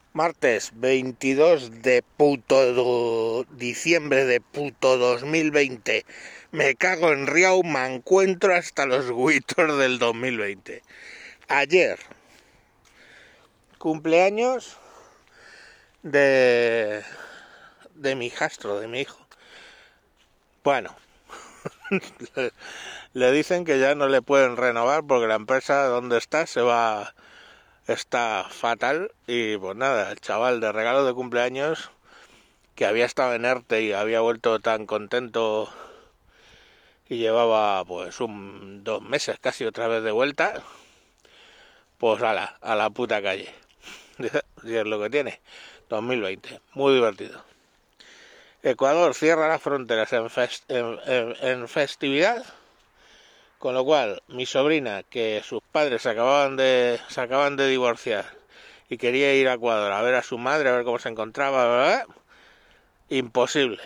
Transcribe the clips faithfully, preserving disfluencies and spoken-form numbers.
Martes veintidós de puto diciembre de puto dos mil veinte. Me cago en Riau, me encuentro hasta los huitos del dos mil veinte. Ayer, cumpleaños de, de mi hijastro, de mi hijo. Bueno, le, le dicen que ya no le pueden renovar porque la empresa donde está se va... está fatal. Y pues nada, el chaval de regalo de cumpleaños, que había estado en ERTE y había vuelto tan contento y llevaba pues un dos meses casi otra vez de vuelta, pues a la, a la puta calle. Y es lo que tiene. dos mil veinte, muy divertido. Ecuador cierra las fronteras en, fest, en, en, en festividad, con lo cual mi sobrina, que sus padres se acababan de se acaban de divorciar y quería ir a Ecuador a ver a su madre, a ver cómo se encontraba, ¿verdad? Imposible.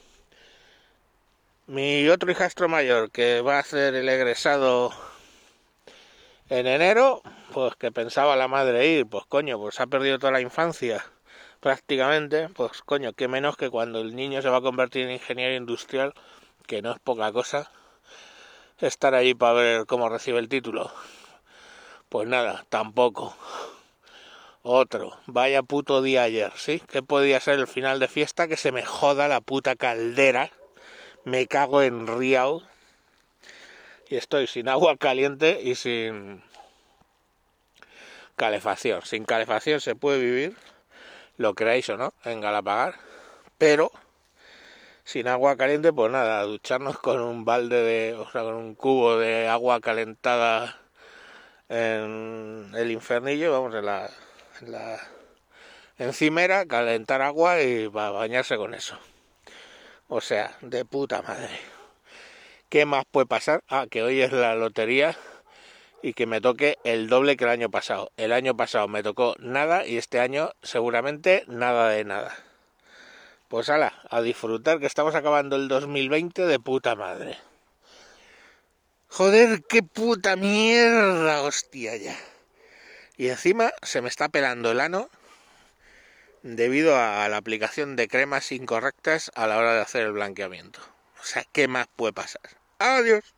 Mi otro hijastro mayor, que va a ser el egresado en enero, pues que pensaba la madre ir, pues coño, pues ha perdido toda la infancia prácticamente, pues coño, qué menos que cuando el niño se va a convertir en ingeniero industrial, que no es poca cosa, estar allí para ver cómo recibe el título. Pues nada, tampoco. Otro, vaya puto día ayer, ¿sí? Que podía ser el final de fiesta, que se me joda la puta caldera. Me cago en Riau. Y estoy sin agua caliente y sin calefacción. Sin calefacción se puede vivir, lo creáis o no, en Galapagar. Pero sin agua caliente, pues nada, a ducharnos con un balde de... o sea, con un cubo de agua calentada en el infernillo, vamos, en la... En la encimera, calentar agua y va a bañarse con eso. O sea, de puta madre. ¿Qué más puede pasar? Ah, que hoy es la lotería y que me toque el doble que el año pasado. El año pasado me tocó nada y este año seguramente nada de nada. Pues ala, a disfrutar, que estamos acabando el dos mil veinte de puta madre. Joder, qué puta mierda, hostia ya. Y encima se me está pelando el ano debido a la aplicación de cremas incorrectas a la hora de hacer el blanqueamiento. O sea, ¿qué más puede pasar? Adiós.